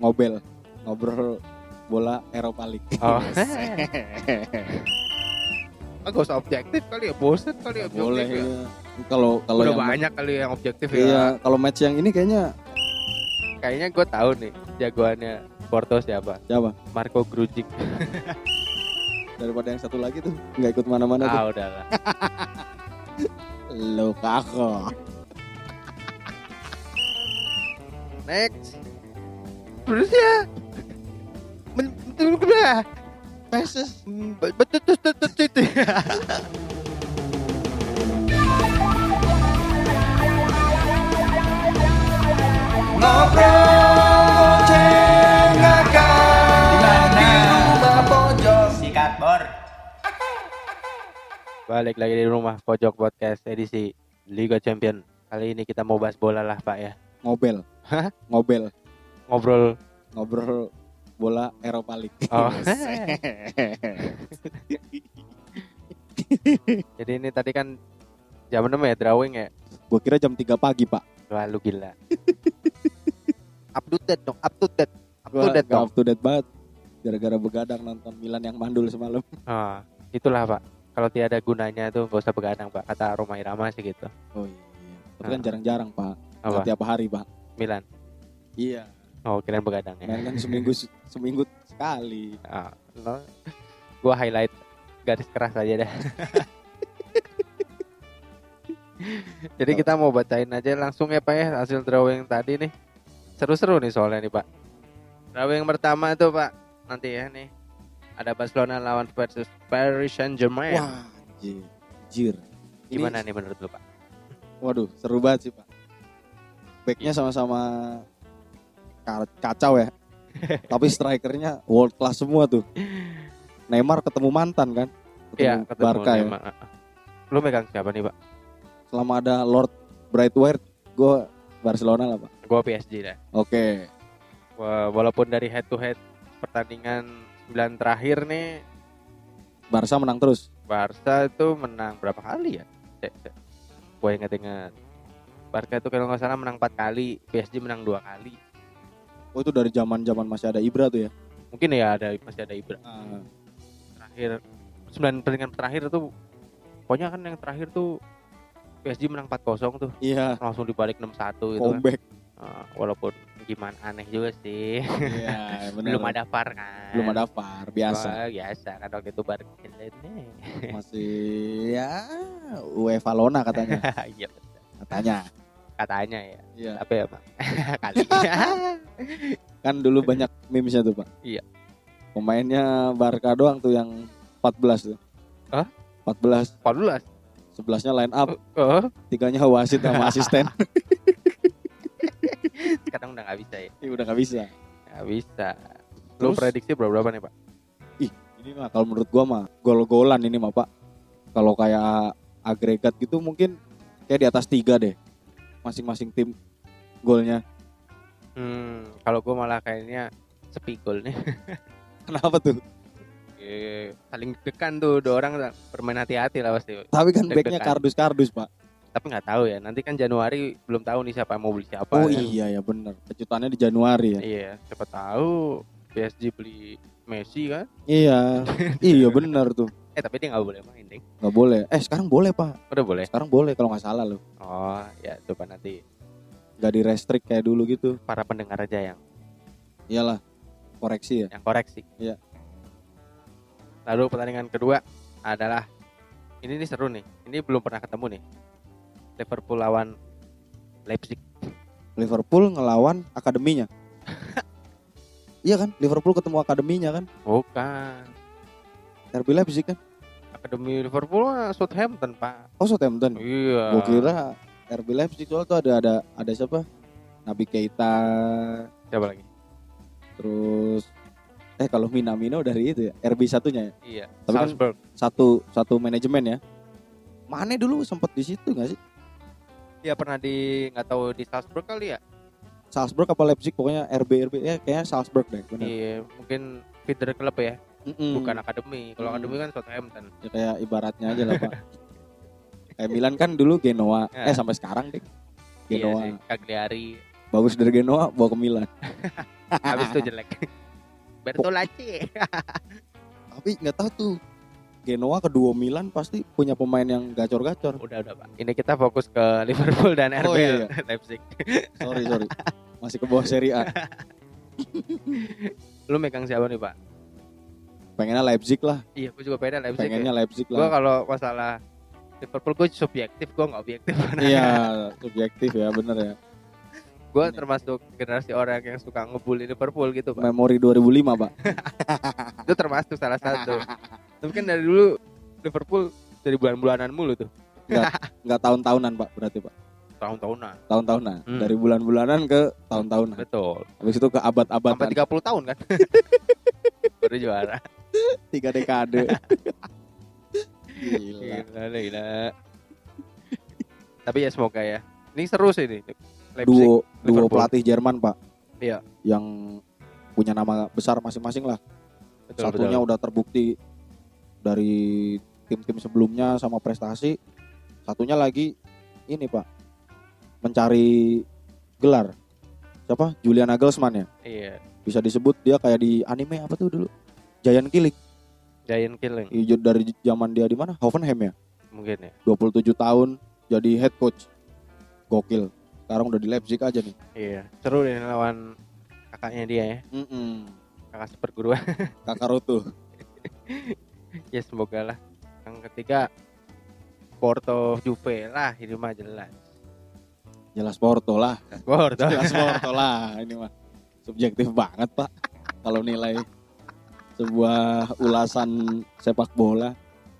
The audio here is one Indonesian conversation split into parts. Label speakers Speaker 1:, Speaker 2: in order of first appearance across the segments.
Speaker 1: Ngobel. Ngobrol bola Eropa League.
Speaker 2: Oh. Gak usah objektif kali ya, bosen kali ya.
Speaker 1: Boleh
Speaker 2: ya.
Speaker 1: ya. Kalau
Speaker 2: Udah
Speaker 1: yang
Speaker 2: banyak kali yang objektif ya.
Speaker 1: Iya, kalau match yang ini kayaknya
Speaker 2: gue tahu nih jagoannya Porto siapa. Marco Grujic.
Speaker 1: Daripada yang satu lagi tuh nggak ikut mana-mana tuh.
Speaker 2: Udahlah.
Speaker 1: Lukaku.
Speaker 2: Next. Terusnya. Betul udah.
Speaker 1: Peses.
Speaker 2: Betul.
Speaker 3: Ngobrol cengakan di rumah pojok sikat bor.
Speaker 2: Balik lagi di rumah pojok podcast edisi Liga Champion. Kali ini kita mau bahas bola lah Pak ya.
Speaker 1: Ngobel.
Speaker 2: Hah?
Speaker 1: Ngobel.
Speaker 2: Ngobrol
Speaker 1: bola Eropa League.
Speaker 2: Oh. Jadi ini tadi kan jam 6 ya drawing ya.
Speaker 1: Gue kira jam 3 pagi Pak.
Speaker 2: Wah lu gila. Up to date dong. Up to date
Speaker 1: banget. Gara-gara begadang nonton Milan yang mandul semalam.
Speaker 2: Itulah Pak. Kalau tiada gunanya tuh gak usah begadang Pak. Kata Roma Irama sih gitu.
Speaker 1: Oh iya. Tapi kan jarang-jarang Pak.
Speaker 2: Apa?
Speaker 1: Tiap hari Pak.
Speaker 2: Milan.
Speaker 1: Iya.
Speaker 2: Oh kirain begadang ya.
Speaker 1: Main kan seminggu sekali.
Speaker 2: Gua highlight garis keras aja dah. Jadi kita mau bacain aja langsung ya Pak ya hasil drawing tadi nih. Seru-seru nih soalnya nih Pak. Drawing pertama tuh Pak. Nanti ya nih. Ada Barcelona lawan versus Paris Saint-Germain.
Speaker 1: Wah, anjir.
Speaker 2: Gimana nih menurut lu Pak?
Speaker 1: Waduh, seru banget sih Pak. Backnya sama-sama kacau ya. Tapi strikernya world class semua tuh. Neymar ketemu mantan kan?
Speaker 2: Iya, ketemu
Speaker 1: Barca
Speaker 2: Neymar. Ya. Lu megang siapa nih Pak?
Speaker 1: Selama ada Lord Brightwire, gue Barcelona lah Pak.
Speaker 2: Gue PSG dah.
Speaker 1: Oke.
Speaker 2: Walaupun dari head to head pertandingan 9 terakhir nih
Speaker 1: Barca menang terus.
Speaker 2: Barca itu menang berapa kali ya? Gue inget-inget. Barca itu kalau nggak salah menang 4 kali, PSG menang 2 kali.
Speaker 1: Oh itu dari zaman masih ada Ibra tuh ya?
Speaker 2: Mungkin ya masih ada Ibra. Terakhir 9 pertandingan terakhir tuh, pokoknya kan yang terakhir tuh PSG menang 4-0 tuh.
Speaker 1: Iya.
Speaker 2: Langsung dibalik 6-1 gitu.
Speaker 1: Comeback.
Speaker 2: Kan. Walaupun gimana aneh juga sih.
Speaker 1: Iya, benar.
Speaker 2: Belum ada VAR kan.
Speaker 1: Belum ada VAR, biasa.
Speaker 2: Biasa kan waktu itu Barcelona.
Speaker 1: Masih ya UEFA Lona katanya.
Speaker 2: Iya katanya ya.
Speaker 1: Iya.
Speaker 2: Apa ya Pak? Kali.
Speaker 1: Kan dulu banyak memesnya tuh Pak.
Speaker 2: Iya.
Speaker 1: Pemainnya Barca doang tuh yang 14 tuh.
Speaker 2: Hah?
Speaker 1: 14. 11-nya line up. 3-nya wasit sama asisten.
Speaker 2: Sekarang udah gak bisa ya?
Speaker 1: Iya udah gak bisa.
Speaker 2: Gak bisa. Lu prediksi berapa nih Pak?
Speaker 1: Ini mah kalau menurut gua mah gol-golan ini mah Pak. Kalau kayak agregat gitu mungkin kayak di atas 3 deh. Masing-masing tim golnya.
Speaker 2: Kalau gua malah kayaknya sepi gol nih.
Speaker 1: Kenapa tuh?
Speaker 2: Saling deg-degan tuh, 2 orang bermain hati-hati lah pasti.
Speaker 1: Tapi kan backnya kardus-kardus Pak.
Speaker 2: Tapi nggak tahu ya, nanti kan Januari belum tahu nih siapa yang mau beli siapa.
Speaker 1: Oh iya ya benar, kejutannya di Januari ya.
Speaker 2: Iya, siapa tahu PSG beli Messi kan?
Speaker 1: Iya, iya benar tuh.
Speaker 2: Tapi dia nggak boleh main deh.
Speaker 1: Nggak boleh. Sekarang boleh Pak.
Speaker 2: Udah boleh.
Speaker 1: Sekarang boleh kalau nggak salah loh.
Speaker 2: Oh ya, coba nanti.
Speaker 1: Nggak di-restrict kayak dulu gitu.
Speaker 2: Para pendengar aja yang.
Speaker 1: Iyalah, koreksi ya.
Speaker 2: Yang koreksi.
Speaker 1: Iya.
Speaker 2: Lalu pertandingan kedua adalah ini nih seru nih. Ini belum pernah ketemu nih. Liverpool lawan Leipzig.
Speaker 1: Liverpool ngelawan akademinya. Iya kan? Liverpool ketemu akademinya kan?
Speaker 2: Bukan.
Speaker 1: RB Leipzig kan?
Speaker 2: Akademi Liverpool Southampton, Pak.
Speaker 1: Oh, Southampton.
Speaker 2: Iya.
Speaker 1: Gua kira RB Leipzig soalnya tuh ada siapa? Nabi Keita.
Speaker 2: Siapa lagi?
Speaker 1: Terus kalau Minamino dari itu ya, RB satunya ya.
Speaker 2: Iya.
Speaker 1: Tapi
Speaker 2: Salzburg.
Speaker 1: Kan satu manajemen ya. Mane dulu sempat di situ nggak sih?
Speaker 2: Iya pernah nggak tahu di Salzburg kali ya.
Speaker 1: Salzburg apa Leipzig pokoknya RB ya kayaknya Salzburg deh. Bener.
Speaker 2: Iya mungkin feeder klub ya. Bukan akademi. Kalau akademi kan Southampton.
Speaker 1: Ya kayak ibaratnya aja lah Pak. Kayak Milan kan dulu Genoa. Sampai sekarang deh. Genoa.
Speaker 2: Iya sih, Cagliari.
Speaker 1: Bagus dari Genoa bawa ke Milan.
Speaker 2: Habis itu jelek. Bertolacci.
Speaker 1: Tapi nggak tahu tuh Genoa kedua Milan pasti punya pemain yang gacor-gacor.
Speaker 2: Udah Pak. Ini kita fokus ke Liverpool dan RB
Speaker 1: Oh, iya.
Speaker 2: Leipzig.
Speaker 1: Sorry. Masih ke bawah Serie A.
Speaker 2: Lu megang siapa nih Pak?
Speaker 1: Pengennya Leipzig lah.
Speaker 2: Iya, gue juga pengennya Leipzig.
Speaker 1: Pengennya Leipzig
Speaker 2: Gue
Speaker 1: lah.
Speaker 2: kalau masalah Liverpool gue subjektif, gue nggak objektif.
Speaker 1: Iya, subjektif ya, bener ya.
Speaker 2: Gue termasuk generasi orang yang suka ngebully Liverpool gitu Pak.
Speaker 1: Memori 2005, Pak.
Speaker 2: Itu termasuk salah satu. Tapi kan dari dulu Liverpool dari bulan-bulanan mulu tuh.
Speaker 1: Nggak tahun-tahunan, Pak, berarti, Pak.
Speaker 2: Tahun-tahunan.
Speaker 1: Tahun-tahunan.
Speaker 2: Hmm.
Speaker 1: Dari bulan-bulanan ke tahun-tahunan.
Speaker 2: Betul.
Speaker 1: Habis itu ke abad-abadan.
Speaker 2: Sampai 30 tahun kan. Baru juara.
Speaker 1: 3 dekade. Gila.
Speaker 2: Gila. Tapi ya semoga ya. Ini seru sih ini. Leipzig,
Speaker 1: Duo
Speaker 2: Liverpool.
Speaker 1: pelatih Jerman, Pak.
Speaker 2: Iya.
Speaker 1: Yang punya nama besar masing-masing lah.
Speaker 2: Betul,
Speaker 1: Satunya
Speaker 2: betul.
Speaker 1: udah terbukti dari tim-tim sebelumnya sama prestasi. Satunya lagi ini, Pak, mencari gelar. Siapa? Julian Nagelsmann ya.
Speaker 2: Iya.
Speaker 1: Bisa disebut dia kayak di anime apa tuh dulu? Giant Killing.
Speaker 2: Giant Killing
Speaker 1: Dari zaman dia di mana? Hoffenheim ya.
Speaker 2: mungkin ya.
Speaker 1: 27 tahun jadi head coach. Gokil. Sekarang udah di Leipzig aja nih.
Speaker 2: Iya. Seru deh lawan kakaknya dia ya. Kakak seperguruan.
Speaker 1: Kakak Rutu.
Speaker 2: Ya semoga lah. Yang ketiga Porto Juve lah, ini mah jelas.
Speaker 1: Jelas Porto lah.
Speaker 2: Porto.
Speaker 1: Jelas Porto lah. Ini mah subjektif banget, Pak. Kalau nilai sebuah ulasan sepak bola.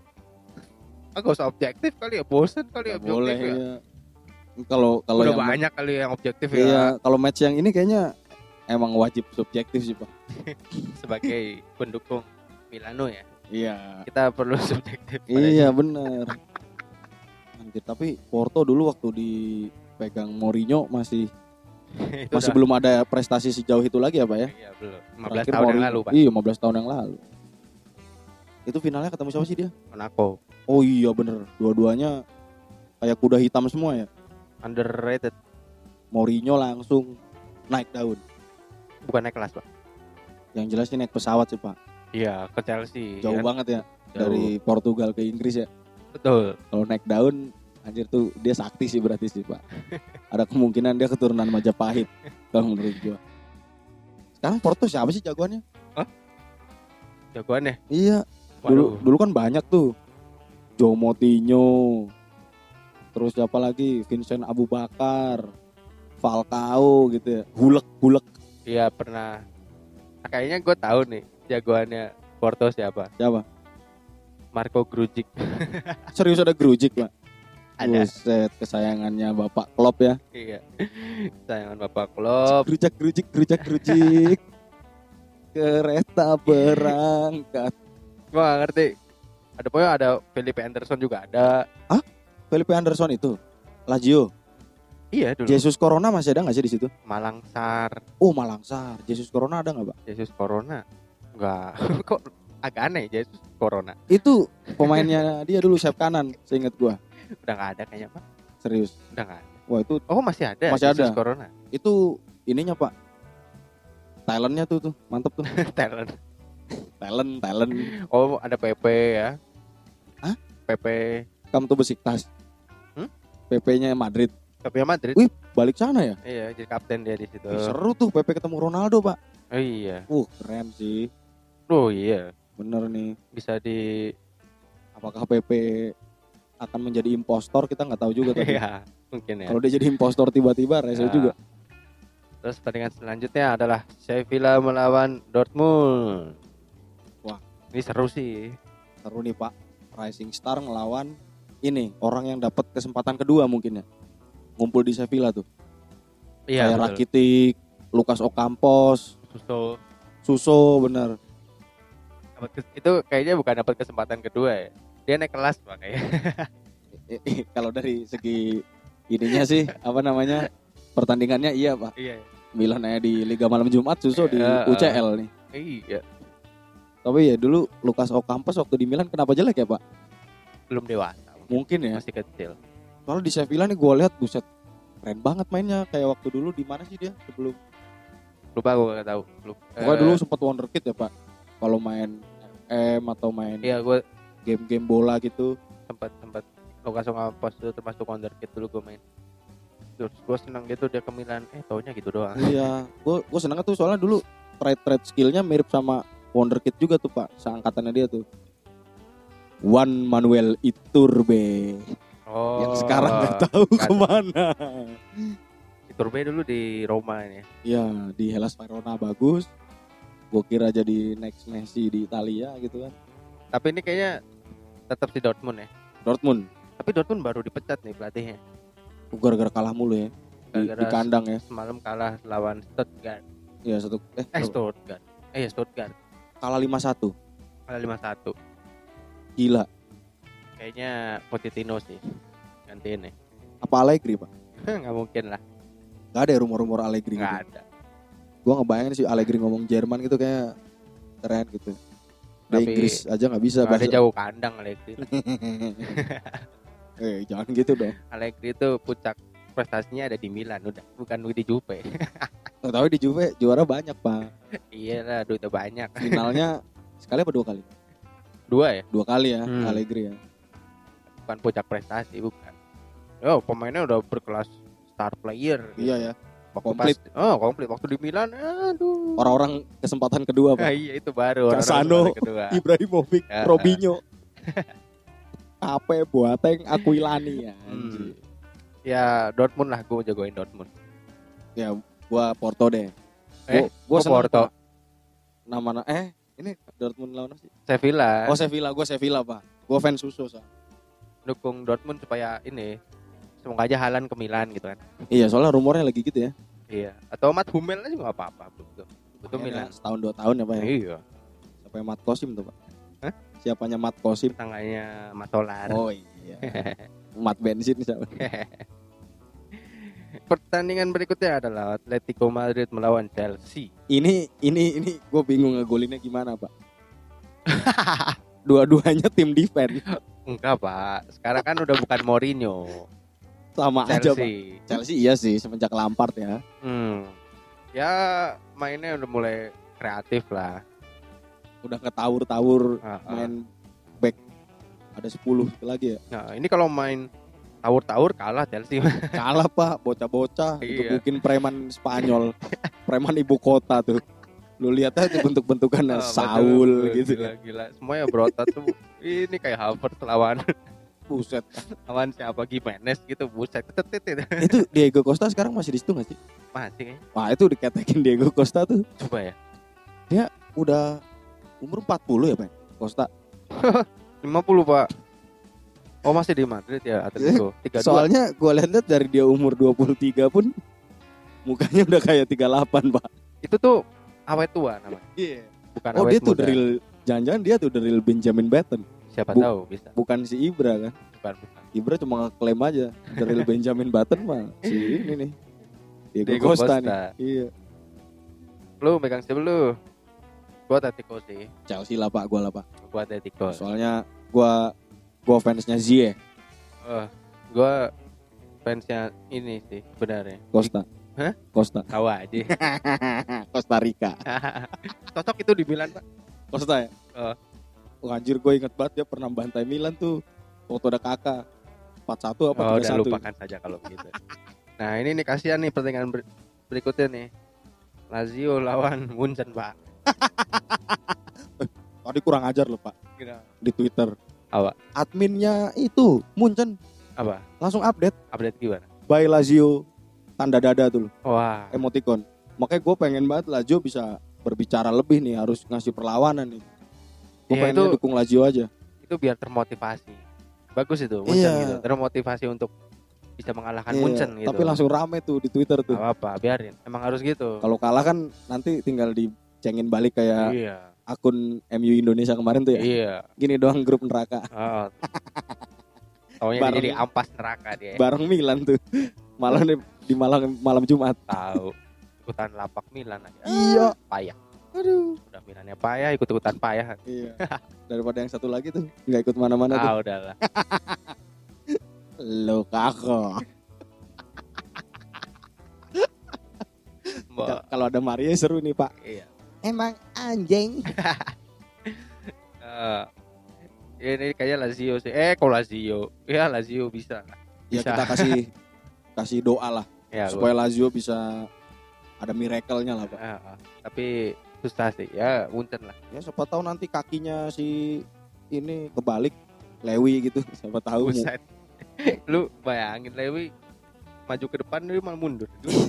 Speaker 2: Gak usah objektif kali ya, bosen kali ya
Speaker 1: Nggak boleh
Speaker 2: objektif ya.
Speaker 1: ya. Kalau
Speaker 2: Udah
Speaker 1: yang
Speaker 2: banyak kali yang objektif
Speaker 1: iya,
Speaker 2: ya.
Speaker 1: kalau match yang ini kayaknya emang wajib subjektif sih, Pak.
Speaker 2: Sebagai pendukung Milano ya,
Speaker 1: Iya.
Speaker 2: kita perlu subjektif.
Speaker 1: Iya, bener. Anjir, tapi Porto dulu waktu dipegang Mourinho masih belum ada prestasi sejauh itu lagi ya, Pak ya?
Speaker 2: Iya belum. 15
Speaker 1: Terakhir
Speaker 2: tahun yang
Speaker 1: Mourinho.
Speaker 2: lalu Pak.
Speaker 1: Iya, 15 tahun yang lalu. Itu finalnya ketemu siapa sih dia?
Speaker 2: Monaco.
Speaker 1: Oh iya bener, dua-duanya kayak kuda hitam semua ya.
Speaker 2: Underrated.
Speaker 1: Mourinho langsung naik daun.
Speaker 2: Bukan naik kelas Pak.
Speaker 1: Yang jelas sih naik pesawat sih, Pak.
Speaker 2: Iya ke Chelsea.
Speaker 1: Jauh
Speaker 2: kan?
Speaker 1: banget ya.
Speaker 2: Jauh.
Speaker 1: Dari Portugal ke Inggris ya.
Speaker 2: Betul.
Speaker 1: Kalau naik daun, anjir tuh dia sakti sih berarti sih, Pak. Ada kemungkinan dia keturunan Majapahit kalau menurut gua. Sekarang Porto siapa sih jagoannya?
Speaker 2: Jagoannya.
Speaker 1: Iya,
Speaker 2: Waduh.
Speaker 1: dulu kan banyak tuh. Joe Moutinho. Terus siapa lagi? Vincent Abu Bakar, Falcao gitu ya. Hulek.
Speaker 2: Iya pernah. Nah, kayaknya gue tahu nih jagoannya Porto siapa.
Speaker 1: Siapa?
Speaker 2: Marco Grujic.
Speaker 1: Serius ada Grujic, Pak?
Speaker 2: Ada.
Speaker 1: Buset, kesayangannya Bapak Klopp ya.
Speaker 2: Iya. Sayangan Bapak Klopp.
Speaker 1: Gerujak. Kereta berangkat.
Speaker 2: Gue gak ngerti. Ada pokoknya ada Felipe Anderson juga ada.
Speaker 1: Felipe Anderson itu Lazio.
Speaker 2: Iya dulu.
Speaker 1: Jesus Corona masih ada nggak sih di situ?
Speaker 2: Malangsar.
Speaker 1: Oh, Malangsar. Jesus Corona ada nggak, Pak?
Speaker 2: Jesus Corona. Enggak. Kok agak aneh Jesus Corona.
Speaker 1: Itu pemainnya dia dulu sayap kanan, seingat gua.
Speaker 2: Udah gak ada kayaknya Pak.
Speaker 1: Serius.
Speaker 2: Udah gak ada.
Speaker 1: Wah, itu
Speaker 2: Oh masih ada.
Speaker 1: Masih
Speaker 2: Jesus
Speaker 1: ada.
Speaker 2: Corona.
Speaker 1: itu ininya, Pak. Talentnya tuh mantep tuh.
Speaker 2: Talent.
Speaker 1: Talent.
Speaker 2: Oh ada PP ya.
Speaker 1: Hah?
Speaker 2: PP.
Speaker 1: Kamu tuh Besiktas. PP-nya Madrid.
Speaker 2: PP Madrid.
Speaker 1: Wih, balik sana ya?
Speaker 2: Iya jadi kapten dia di situ.
Speaker 1: Ih, seru tuh PP ketemu Ronaldo, Pak.
Speaker 2: Oh iya.
Speaker 1: Keren sih.
Speaker 2: Oh iya.
Speaker 1: Bener nih.
Speaker 2: Bisa di
Speaker 1: Apakah PP akan menjadi impostor, kita nggak tahu juga tapi.
Speaker 2: Iya, mungkin ya.
Speaker 1: Kalau dia jadi impostor tiba-tiba rese
Speaker 2: Ya.
Speaker 1: juga.
Speaker 2: Terus pertandingan selanjutnya adalah Sevilla melawan Dortmund.
Speaker 1: Wah.
Speaker 2: Ini seru sih.
Speaker 1: Seru nih, Pak. Rising Star ngelawan ini orang yang dapat kesempatan kedua mungkin ya. Ngumpul di Sevilla tuh.
Speaker 2: Iya.
Speaker 1: Kayak Rakitic, Lucas Ocampos, Suso bener.
Speaker 2: Itu kayaknya bukan dapat kesempatan kedua ya. Dia naik kelas Pak kayaknya.
Speaker 1: Kalau dari segi ininya sih apa namanya? Pertandingannya iya, Pak.
Speaker 2: Iya.
Speaker 1: Milan aja di Liga Malam Jumat, Suso di
Speaker 2: Iya,
Speaker 1: UCL nih.
Speaker 2: Iya.
Speaker 1: Tapi ya dulu Lucas Ocampos waktu di Milan kenapa jelek ya, Pak?
Speaker 2: Belum dewasa.
Speaker 1: Mungkin ya.
Speaker 2: Masih kecil.
Speaker 1: Kalau di Sevilla nih gue lihat buset keren banget mainnya kayak waktu dulu di mana sih dia sebelum
Speaker 2: Lupa gue gak tahu.
Speaker 1: Pokoknya dulu sempat wonderkid ya Pak. Kalau main FM atau main
Speaker 2: Iya, gue
Speaker 1: game-game bola gitu.
Speaker 2: sempat Lukas Ocampos itu termasuk wonderkid dulu gue main. Terus gue senang gitu dia ke Milan. Taunya gitu doang.
Speaker 1: Iya, gue seneng tuh soalnya dulu trade skillnya mirip sama wonderkid juga tuh Pak, seangkatannya dia tuh. Juan Manuel Iturbe yang sekarang nggak tahu
Speaker 2: kan.
Speaker 1: kemana.
Speaker 2: Iturbe dulu di Roma ini.
Speaker 1: Ya di Hellas Verona bagus. Gue kira jadi next Messi di Italia gitu kan.
Speaker 2: Tapi ini kayaknya tetap di Dortmund ya.
Speaker 1: Dortmund,
Speaker 2: Tapi Dortmund baru dipecat nih pelatihnya.
Speaker 1: gara-gara kalah mulu ya di kandang ya.
Speaker 2: Semalam kalah lawan Stuttgart.
Speaker 1: Iya
Speaker 2: Stuttgart. Stuttgart.
Speaker 1: kalah 5-1.
Speaker 2: Kalah 5-1.
Speaker 1: Gila.
Speaker 2: Kayaknya Pochettino sih gantiin nih.
Speaker 1: Apa Allegri Pak?
Speaker 2: Nggak mungkin lah.
Speaker 1: Gak ada ya rumor-rumor Allegri
Speaker 2: Nggak
Speaker 1: gitu.
Speaker 2: ada.
Speaker 1: Gue ngebayangin sih Allegri ngomong Jerman gitu kayak keren gitu. Di
Speaker 2: Tapi
Speaker 1: Inggris aja nggak bisa
Speaker 2: nggak ada
Speaker 1: bahasa.
Speaker 2: jauh kandang Allegri.
Speaker 1: Jangan gitu dong.
Speaker 2: Allegri itu puncak prestasinya ada di Milan udah, bukan di Juve.
Speaker 1: Tahu di Juve juara banyak Pak.
Speaker 2: Iya lah, duitnya banyak.
Speaker 1: Finalnya sekali apa 2 kali?
Speaker 2: 2 ya,
Speaker 1: 2 kali ya
Speaker 2: Hmm.
Speaker 1: Allegri ya.
Speaker 2: bukan puncak prestasi, bukan. Oh, pemainnya udah berkelas star player.
Speaker 1: Iya ya.
Speaker 2: Waktu
Speaker 1: komplit.
Speaker 2: komplit. Waktu di Milan, aduh.
Speaker 1: Orang kesempatan kedua Pak.
Speaker 2: Iya itu baru.
Speaker 1: Casano,
Speaker 2: orang kedua.
Speaker 1: Ibrahimovic,
Speaker 2: Ya.
Speaker 1: Robinho. Ape Boateng, Aquilani ya. Anjir.
Speaker 2: Ya Dortmund lah, gue jagoin Dortmund.
Speaker 1: Ya gua Porto deh.
Speaker 2: Gua
Speaker 1: seneng,
Speaker 2: Porto.
Speaker 1: Pak. Nama ini Dortmund lawan apa sih?
Speaker 2: Sevilla.
Speaker 1: Oh Sevilla Pak. Gua fans Suso soalnya.
Speaker 2: Dukung Dortmund supaya ini semoga aja Haaland ke Milan gitu kan.
Speaker 1: Iya, soalnya rumornya lagi gitu ya.
Speaker 2: Iya. Atau Matt Hummel aja nggak apa-apa betul. Betul
Speaker 1: Makanya
Speaker 2: Milan.
Speaker 1: setahun 2 tahun ya Pak ya.
Speaker 2: Iya.
Speaker 1: Siapa yang Mat Kosim tuh Pak?
Speaker 2: Hah?
Speaker 1: Siapanya Mat Kosim?
Speaker 2: Tangganya Mas Solar.
Speaker 1: Oh iya. Mat bensin siapa?
Speaker 2: Pertandingan berikutnya adalah Atletico Madrid melawan Chelsea.
Speaker 1: Ini gue bingung ngegolinnya gimana Pak. Dua-duanya tim defense.
Speaker 2: Enggak Pak, sekarang kan udah bukan Mourinho.
Speaker 1: Sama aja Pak.
Speaker 2: Chelsea.
Speaker 1: Chelsea iya sih semenjak Lampard ya.
Speaker 2: Ya mainnya udah mulai kreatif lah.
Speaker 1: Udah ngetawur-tawur
Speaker 2: Ah.
Speaker 1: main back ada 10 lagi ya.
Speaker 2: Nah ini kalau main tawur-tawur kalah Chelsea.
Speaker 1: Kalah Pak, bocah-bocah
Speaker 2: Iya.
Speaker 1: bikin preman Spanyol. Preman ibu kota tuh. Lu lihat aja bentuk-bentukannya Saul gitu.
Speaker 2: Gila. Semuanya berotot tuh. Ini kayak Havertz lawan
Speaker 1: Buset.
Speaker 2: siapa Gimenez gitu, buset. Tetet.
Speaker 1: Itu Diego Costa sekarang masih di situ gak sih?
Speaker 2: Masih kayaknya.
Speaker 1: Wah itu diketekin Diego Costa tuh.
Speaker 2: Coba ya.
Speaker 1: Udah umur 40 ya Pak Costa.
Speaker 2: 50 Pak. Oh masih di Madrid ya Atletico. 32.
Speaker 1: Soalnya gue lihat dari dia umur 23 pun mukanya udah kayak 38 Pak.
Speaker 2: Itu tuh awet tua namanya.
Speaker 1: Iya.
Speaker 2: Bukan
Speaker 1: Oh
Speaker 2: awet
Speaker 1: dia tuh
Speaker 2: muda.
Speaker 1: drill, jangan-jangan dia tuh drill Benjamin Button.
Speaker 2: Siapa
Speaker 1: Bu-
Speaker 2: tahu bisa.
Speaker 1: Bukan si Ibra kan.
Speaker 2: Bukan.
Speaker 1: Ibra cuma ngeklaim aja drill Benjamin Button mah si ini nih Diego
Speaker 2: Diego
Speaker 1: Costa
Speaker 2: Costa.
Speaker 1: nih. Iya.
Speaker 2: Lu megang siapa lu? Gua Atletico sih.
Speaker 1: Chelsea lah Pak, gue lah Pak.
Speaker 2: Gua Atletico.
Speaker 1: Soalnya gue fansnya Ziyech,
Speaker 2: Gua fansnya ini sih sebenarnya.
Speaker 1: Costa.
Speaker 2: Hah?
Speaker 1: Costa.
Speaker 2: Tahu aja.
Speaker 1: Costa Rica.
Speaker 2: Cocok itu di Milan, Pak.
Speaker 1: Costa ya? Oh, anjir gue inget banget dia pernah bantai Milan tuh. Waktu ada kakak 4-1 apa 3-1.
Speaker 2: Udah lupakan saja kalau begitu. Nah, ini nih kasihan nih pertandingan berikutnya nih. Lazio lawan Munchen, Pak.
Speaker 1: Tadi kurang ajar loh Pak di Twitter.
Speaker 2: Apa?
Speaker 1: Adminnya itu Munchen
Speaker 2: Apa?
Speaker 1: langsung update
Speaker 2: Update gimana?
Speaker 1: by Lazio tanda dada tuh loh,
Speaker 2: Wah,
Speaker 1: emoticon. Makanya gue pengen banget Lazio bisa berbicara lebih nih, harus ngasih perlawanan nih. Gue
Speaker 2: Iya,
Speaker 1: pengennya
Speaker 2: itu-
Speaker 1: dukung Lazio aja.
Speaker 2: itu biar termotivasi. Bagus itu, Munchen
Speaker 1: Iya.
Speaker 2: gitu. Termotivasi untuk bisa mengalahkan
Speaker 1: Iya,
Speaker 2: Munchen gitu.
Speaker 1: tapi langsung rame tuh di Twitter tuh.
Speaker 2: Gak apa-apa, biarin. Emang harus gitu.
Speaker 1: Kalau kalah kan nanti tinggal dicengin balik kayak
Speaker 2: Iya.
Speaker 1: akun MU Indonesia kemarin tuh ya.
Speaker 2: Iya.
Speaker 1: Gini doang grup neraka.
Speaker 2: Oh. Taunya
Speaker 1: Bareng-
Speaker 2: dia jadi ampas neraka dia.
Speaker 1: Bareng Milan tuh. Malah di malam Jumat.
Speaker 2: Tahu. Ikutan lapak Milan aja.
Speaker 1: Iya.
Speaker 2: Payah.
Speaker 1: Aduh.
Speaker 2: Udah Milannya payah, ikut-ikutan payah.
Speaker 1: Iya. Daripada yang satu lagi tuh nggak ikut mana-mana tuh.
Speaker 2: Udahlah.
Speaker 1: Lukaku. Kalau ada Maria seru nih Pak.
Speaker 2: Iya.
Speaker 1: Emang anjing.
Speaker 2: Ini kayaknya Lazio sih. Kok Lazio? Ya Lazio bisa.
Speaker 1: Ya kita kasih doa lah
Speaker 2: Ya,
Speaker 1: supaya Lazio bisa ada miracle-nya lah Pak.
Speaker 2: Tapi susah sih. Ya punten lah.
Speaker 1: Ya siapa tahu nanti kakinya si ini kebalik Lewi gitu. Siapa tahu.
Speaker 2: Buset. Lu bayangin Lewi maju ke depan dia malah mundur.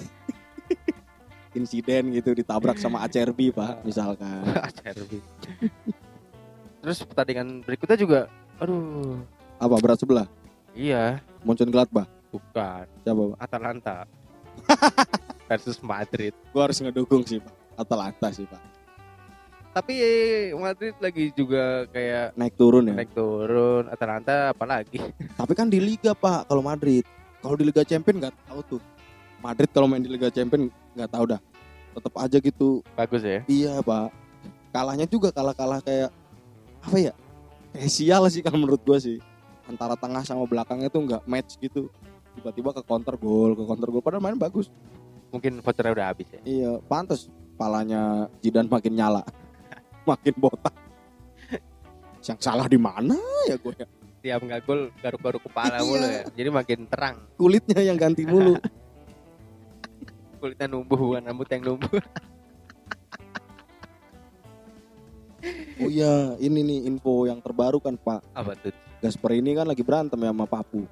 Speaker 1: Insiden gitu ditabrak sama Acerbi Pak misalkan.
Speaker 2: Acerbi. Terus pertandingan berikutnya juga aduh.
Speaker 1: Apa berat sebelah?
Speaker 2: Iya,
Speaker 1: Mönchengladbach.
Speaker 2: bukan.
Speaker 1: Siapa Pak?
Speaker 2: Atalanta versus Madrid.
Speaker 1: Gua harus ngedukung sih Pak. Atalanta sih Pak.
Speaker 2: Tapi Madrid lagi juga kayak
Speaker 1: Naik turun ya.
Speaker 2: naik turun. Atalanta apalagi.
Speaker 1: Tapi kan di Liga Pak kalau Madrid. Kalau di Liga Champions nggak tahu tuh. Madrid kalau main di Liga Champions nggak tahu dah. Tetap aja gitu.
Speaker 2: Bagus ya.
Speaker 1: Iya Pak. Kalahnya juga kalah kayak apa ya? Kayak sial sih kalau menurut gua sih. Antara tengah sama belakangnya tuh nggak match gitu. Tiba-tiba ke counter gol. Padahal main bagus.
Speaker 2: Mungkin vouchernya udah habis ya.
Speaker 1: Iya, pantas palanya Zidane makin nyala. Makin botak. Yang salah di mana ya gue ya?
Speaker 2: Tiap nggak gol garuk-garuk kepala
Speaker 1: Iya.
Speaker 2: mulu ya. Jadi makin terang.
Speaker 1: Kulitnya yang ganti mulu.
Speaker 2: Kulitnya numbuh bukan rambut yang numbuh.
Speaker 1: Oh iya, ini nih info yang terbaru kan Pak.
Speaker 2: Apa tuh?
Speaker 1: Gasperini kan lagi berantem ya sama Papu.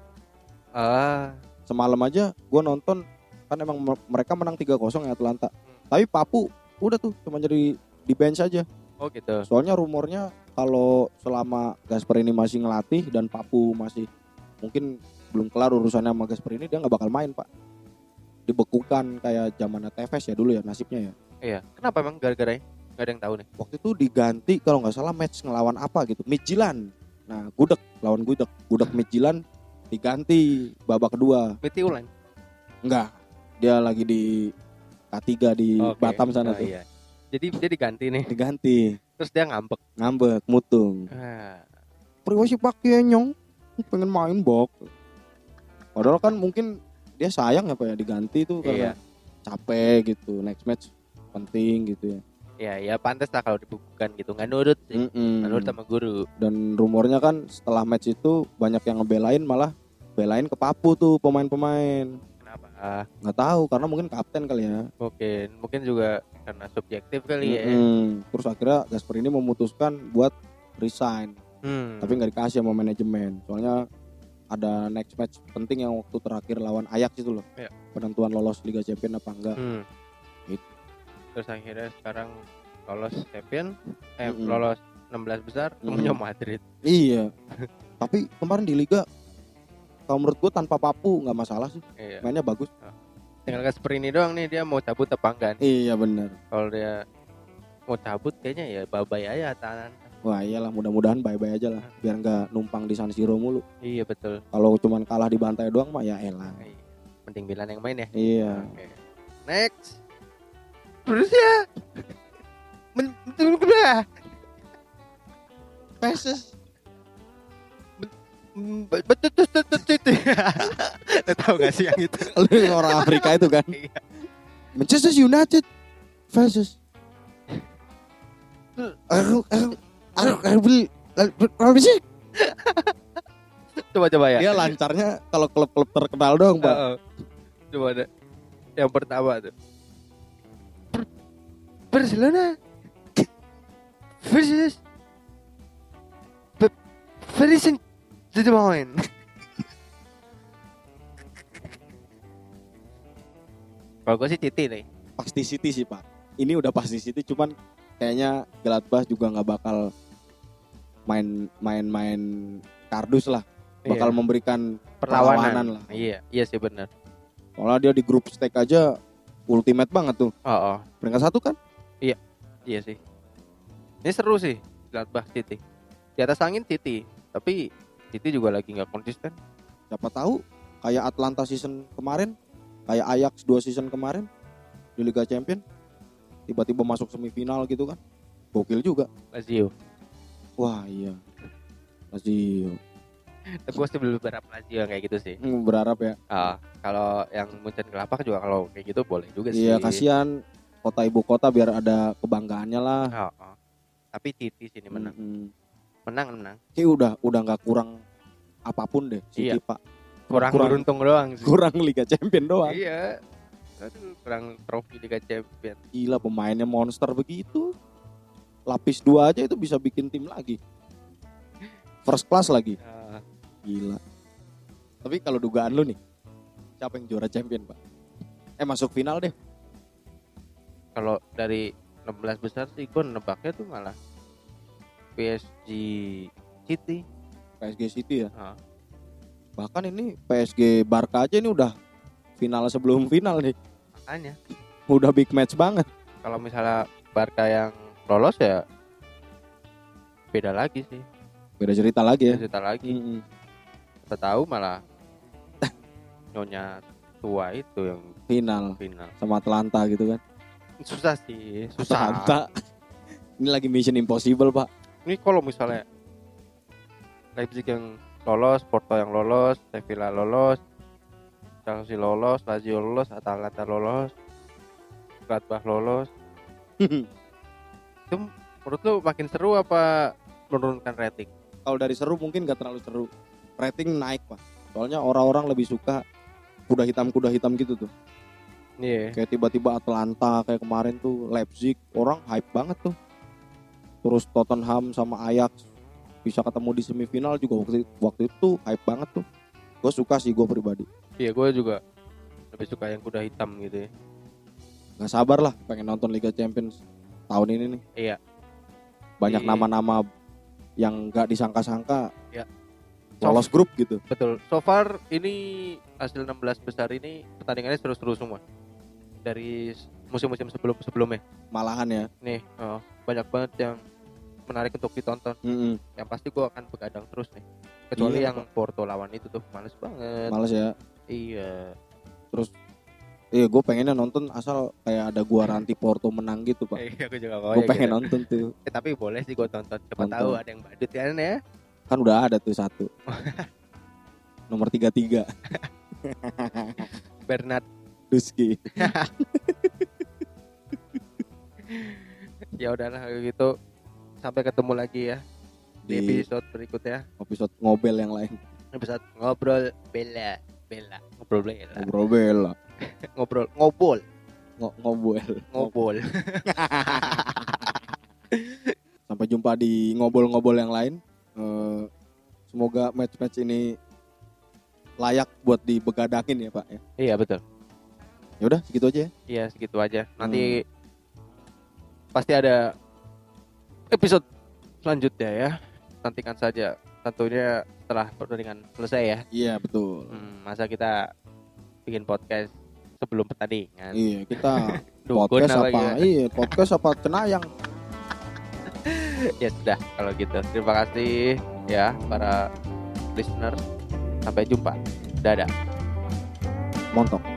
Speaker 1: Semalam aja gue nonton kan emang mereka menang 3-0 ya Atlanta. Tapi Papu udah tuh cuma jadi di bench aja.
Speaker 2: Oh gitu.
Speaker 1: Soalnya rumornya kalau selama Gasperini masih ngelatih dan Papu masih mungkin belum kelar urusannya sama Gasperini, dia nggak bakal main Pak. Dibekukan kayak zamannya Tevez ya dulu ya nasibnya ya.
Speaker 2: Iya. Kenapa emang gara-gara nggak ada yang tahu nih?
Speaker 1: Waktu itu diganti kalau nggak salah match ngelawan apa gitu, Midtjylland. Nah Gudeg lawan Gudeg Midtjylland diganti babak kedua.
Speaker 2: Miti Ulan.
Speaker 1: Enggak, dia lagi di K3 di
Speaker 2: Oke.
Speaker 1: Batam sana
Speaker 2: Oh,
Speaker 1: tuh.
Speaker 2: iya. Jadi dia diganti nih.
Speaker 1: Diganti,
Speaker 2: Terus dia ngambek.
Speaker 1: mutung. Priwa si Pak Nyong pengen main bok. Padahal kan mungkin dia sayang ya Pak ya diganti tuh karena
Speaker 2: Iya.
Speaker 1: capek gitu. Next match penting gitu ya.
Speaker 2: Ya pantas lah kalau dibukukan gitu. Nggak nurut sih. Nggak nurut sama guru.
Speaker 1: Dan rumornya kan setelah match itu banyak yang ngebelain malah belain ke Papu tuh pemain-pemain.
Speaker 2: Kenapa?
Speaker 1: Nggak tahu karena mungkin kapten kali ya.
Speaker 2: Mungkin juga karena subjektif kali ya.
Speaker 1: Terus akhirnya Gasperini memutuskan buat resign. Tapi nggak dikasih sama manajemen. Soalnya ada next match penting yang waktu terakhir lawan Ajax itu loh.
Speaker 2: Iya.
Speaker 1: Penentuan lolos Liga Champions apa enggak. Gitu.
Speaker 2: Terus akhirnya sekarang lolos champion,
Speaker 1: Mm-mm.
Speaker 2: lolos 16 besar, punya Madrid.
Speaker 1: Iya. Tapi kemarin di Liga kalau menurut gue tanpa Papu nggak masalah sih.
Speaker 2: Iya.
Speaker 1: Mainnya bagus.
Speaker 2: Tinggal Gasperini doang nih dia mau cabut apa enggak nih.
Speaker 1: Iya benar.
Speaker 2: Kalau dia mau cabut kayaknya ya bye-bye aja Atalanta.
Speaker 1: Wah iyalah mudah-mudahan bye-bye aja lah. Biar nggak numpang di San Siro mulu.
Speaker 2: Iya betul.
Speaker 1: Kalau cuman kalah di bantai doang mah ya elah.
Speaker 2: Iya. Penting Milan yang main ya.
Speaker 1: Iya.
Speaker 2: Oke. Next. Borussia. Betul udah.
Speaker 1: Peses.
Speaker 2: Betul. Tahu gak sih yang itu?
Speaker 1: Lu orang Afrika itu kan.
Speaker 2: Iya.
Speaker 1: Manchester United versus
Speaker 2: Coba ya.
Speaker 1: Dia lancarnya kalau klub-klub terkenal doang, Pak.
Speaker 2: Coba ada. Yang pertama tuh. Barcelona versus Paris Saint-Germain. Kalau gue sih City nih.
Speaker 1: Pasti City sih, Pak. Ini udah pasti City, cuman kayaknya Gladbach juga nggak bakal main kardus lah. Bakal
Speaker 2: Iya.
Speaker 1: memberikan
Speaker 2: Perlawanan
Speaker 1: lah.
Speaker 2: Iya sih benar.
Speaker 1: Soalnya dia di grup stage aja ultimate banget tuh.
Speaker 2: Oh.
Speaker 1: Peringkat 1 kan?
Speaker 2: Iya sih. Ini seru sih Gladbach City. Di atas angin City, tapi City juga lagi nggak konsisten.
Speaker 1: Siapa tahu kayak Atlanta season kemarin, kayak Ajax 2 season kemarin di Liga Champions, tiba-tiba masuk semifinal gitu kan. Gokil juga.
Speaker 2: Lazio.
Speaker 1: Wah, iya. Lazio.
Speaker 2: Tapi gue sih belum berharap Lazio yang kayak gitu sih.
Speaker 1: Berharap ya.
Speaker 2: Kalau yang Mönchengladbach juga kalau kayak gitu boleh juga sih.
Speaker 1: Iya, kasihan kota ibu kota biar ada kebanggaannya lah.
Speaker 2: Oh. Tapi City sini menang. Menang.
Speaker 1: Kayak udah nggak kurang apapun deh City,
Speaker 2: Iya.
Speaker 1: Pak.
Speaker 2: Kurang beruntung doang sih.
Speaker 1: Kurang Liga Champion doang.
Speaker 2: Iya. Aduh, kurang trofi Liga Champions.
Speaker 1: Gila, pemainnya monster begitu. Lapis 2 aja itu bisa bikin tim lagi. First class lagi. Gila. Tapi kalau dugaan lu nih, siapa yang juara champion, Pak? Masuk final deh.
Speaker 2: Kalau dari 16 besar sih gue nebaknya tuh malah PSG City.
Speaker 1: PSG City ya.
Speaker 2: Ah.
Speaker 1: Bahkan ini PSG Barca aja ini udah final sebelum final nih.
Speaker 2: Makanya
Speaker 1: Udah big match banget.
Speaker 2: kalau misalnya Barca yang lolos ya beda lagi sih.
Speaker 1: Beda cerita lagi ya.
Speaker 2: Cerita lagi. Kita tahu malah nyonya tua itu yang
Speaker 1: Final
Speaker 2: final.
Speaker 1: sama Atlanta gitu kan.
Speaker 2: Susah sih, susah.
Speaker 1: Atlanta. Ini lagi mission impossible, Pak.
Speaker 2: Ini kalau misalnya Leipzig yang lolos, Porto yang lolos, Sevilla lolos, Chelsea lolos, Lazio lolos, Atalanta lolos, Gladbach lolos. Itu menurut lu makin seru apa menurunkan rating?
Speaker 1: Kalau dari seru mungkin gak terlalu seru. Rating naik, Pak. Soalnya orang-orang lebih suka kuda hitam gitu tuh.
Speaker 2: Iya.
Speaker 1: Kayak tiba-tiba Atlanta kayak kemarin tuh, Leipzig, orang hype banget tuh. Terus Tottenham sama Ajax bisa ketemu di semifinal juga waktu itu hype banget tuh. Gue suka sih, gue pribadi.
Speaker 2: Iya, gue juga lebih suka yang kuda hitam gitu ya.
Speaker 1: Gak sabar lah pengen nonton Liga Champions tahun ini nih.
Speaker 2: Iya.
Speaker 1: Banyak
Speaker 2: Iya.
Speaker 1: nama-nama yang gak disangka-sangka
Speaker 2: Iya.
Speaker 1: lolos grup gitu.
Speaker 2: Betul. So far ini hasil 16 besar ini pertandingannya seru-seru semua. Dari musim-musim sebelumnya.
Speaker 1: Malahan ya.
Speaker 2: Nih, banyak banget yang menarik untuk ditonton. Yang pasti gue akan begadang terus nih. Kecuali
Speaker 1: Iya,
Speaker 2: yang Porto lawan itu tuh males banget.
Speaker 1: Males ya.
Speaker 2: Iya.
Speaker 1: Terus gue pengennya nonton asal kayak ada gua Ranti Porto menang gitu, Pak.
Speaker 2: Iya, aku juga mau.
Speaker 1: Gue pengen nonton tuh.
Speaker 2: Tapi boleh sih gue tonton. Siapa
Speaker 1: Nonton.
Speaker 2: tahu ada yang badut kan ya.
Speaker 1: Kan udah ada tuh satu. Nomor 33
Speaker 2: Bernard.
Speaker 1: Duski.
Speaker 2: Ya udahlah kalau gitu. Sampai ketemu lagi ya di
Speaker 1: Di
Speaker 2: episode berikutnya.
Speaker 1: episode ngobel yang lain.
Speaker 2: Episode ngobrol bela. Ngobrol bela.
Speaker 1: Ngobrol bela.
Speaker 2: Ngobol.
Speaker 1: Ngobel. Sampai jumpa di ngobrol-ngobrol yang lain. Semoga match-match ini layak buat dibegadangin ya, Pak ya.
Speaker 2: Iya, betul.
Speaker 1: Ya udah segitu aja ya.
Speaker 2: Iya, segitu aja. Nanti pasti ada episode selanjutnya ya. Nantikan saja. Tentunya setelah pertandingan selesai ya.
Speaker 1: Iya, betul.
Speaker 2: Masa kita bikin podcast sebelum pertandingan?
Speaker 1: Iya, kita
Speaker 2: Dukun
Speaker 1: podcast
Speaker 2: apa
Speaker 1: apa?
Speaker 2: gitu.
Speaker 1: Iya, podcast apa cenayang.
Speaker 2: Ya sudah kalau gitu. Terima kasih ya para listener. Sampai jumpa. Dadah.
Speaker 1: Montok.